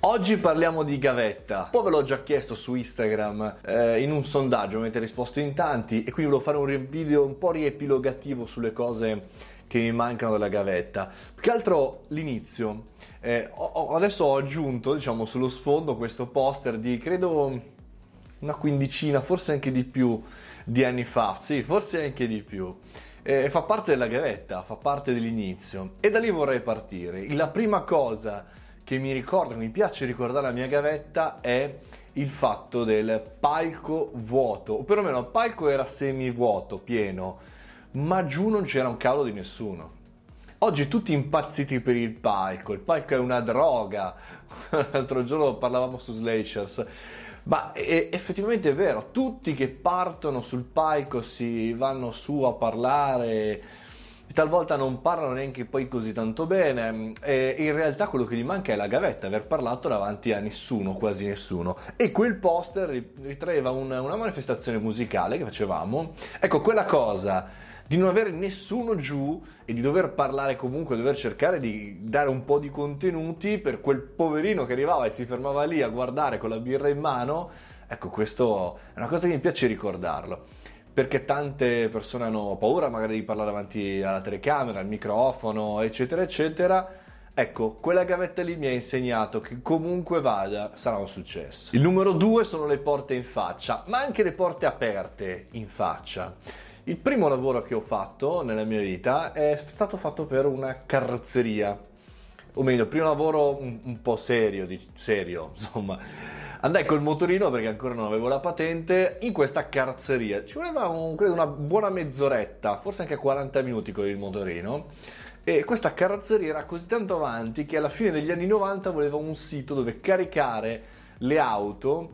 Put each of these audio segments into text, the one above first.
Oggi parliamo di gavetta. Poi ve l'ho già chiesto su Instagram in un sondaggio, mi avete risposto in tanti e quindi volevo fare un video un po' riepilogativo sulle cose che mi mancano della gavetta. Più che altro l'inizio. Adesso ho aggiunto, diciamo, sullo sfondo questo poster di, credo, una quindicina, forse anche di più, di anni fa. Sì, forse anche di più. Fa parte della gavetta, fa parte dell'inizio. E da lì vorrei partire. La prima cosa che mi ricordo, che mi piace ricordare la mia gavetta, è il fatto del palco vuoto, o perlomeno il palco era semivuoto, pieno, ma giù non c'era un cavolo di nessuno. Oggi tutti impazziti per il palco è una droga. L'altro giorno parlavamo su Slashers, ma effettivamente è vero, tutti che partono sul palco si vanno su a parlare, talvolta non parlano neanche poi così tanto bene, e in realtà quello che gli manca è la gavetta, aver parlato davanti a nessuno, quasi nessuno. E quel poster ritraeva una manifestazione musicale che facevamo. Ecco, quella cosa di non avere nessuno giù e di dover parlare comunque, dover cercare di dare un po' di contenuti per quel poverino che arrivava e si fermava lì a guardare con la birra in mano. Ecco, questo è una cosa che mi piace ricordarlo, perché tante persone hanno paura magari di parlare davanti alla telecamera, al microfono, eccetera eccetera. Ecco, quella gavetta lì mi ha insegnato che comunque vada sarà un successo. Il numero 2 sono le porte in faccia, ma anche le porte aperte in faccia. Il primo lavoro che ho fatto nella mia vita è stato fatto per una carrozzeria, o meglio, il primo lavoro un po' serio, insomma. Andai col motorino, perché ancora non avevo la patente, in questa carrozzeria. Ci voleva credo una buona mezz'oretta, forse anche 40 minuti con il motorino. E questa carrozzeria era così tanto avanti che alla fine degli anni 90 voleva un sito dove caricare le auto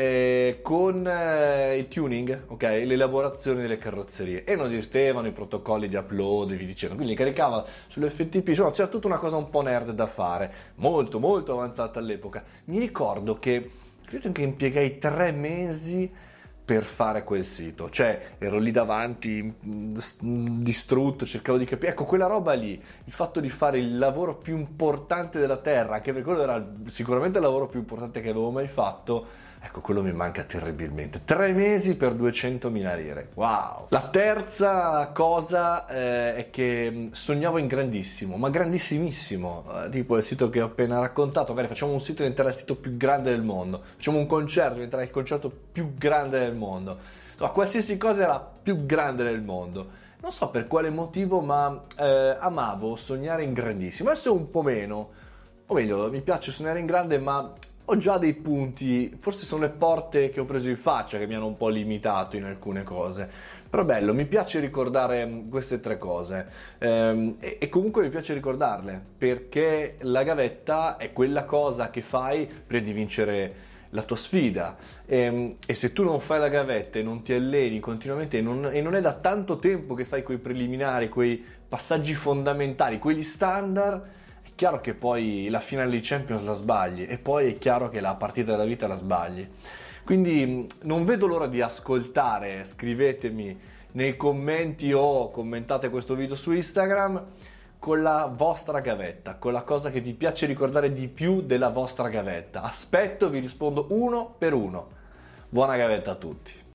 con il tuning, ok? L'elaborazione delle carrozzerie, e non esistevano i protocolli di upload e via dicendo, quindi caricava sull'FTP, insomma c'era tutta una cosa un po' nerd da fare, molto molto avanzata all'epoca. Mi ricordo che credo che impiegai 3 mesi per fare quel sito, cioè ero lì davanti distrutto, cercavo di capire, ecco, quella roba lì, il fatto di fare il lavoro più importante della terra, anche perché quello era sicuramente il lavoro più importante che avevo mai fatto. Ecco, quello mi manca terribilmente. 3 mesi per 200.000 lire. Wow! La terza cosa è che sognavo in grandissimo, ma grandissimissimo. Tipo il sito che ho appena raccontato. Magari facciamo un sito, diventerà il sito più grande del mondo. Facciamo un concerto, diventerà il concerto più grande del mondo. Insomma, qualsiasi cosa era più grande del mondo. Non so per quale motivo, ma amavo sognare in grandissimo. Adesso un po' meno. O meglio, mi piace sognare in grande, ma ho già dei punti, forse sono le porte che ho preso in faccia che mi hanno un po' limitato in alcune cose, però bello, mi piace ricordare queste 3 cose e comunque mi piace ricordarle, perché la gavetta è quella cosa che fai prima di vincere la tua sfida, e se tu non fai la gavetta e non ti alleni continuamente e non è da tanto tempo che fai quei preliminari, quei passaggi fondamentali, quegli standard, chiaro che poi la finale di Champions la sbagli e poi è chiaro che la partita della vita la sbagli. Quindi non vedo l'ora di ascoltare, scrivetemi nei commenti o commentate questo video su Instagram con la vostra gavetta, con la cosa che vi piace ricordare di più della vostra gavetta. Aspetto, vi rispondo uno per uno. Buona gavetta a tutti.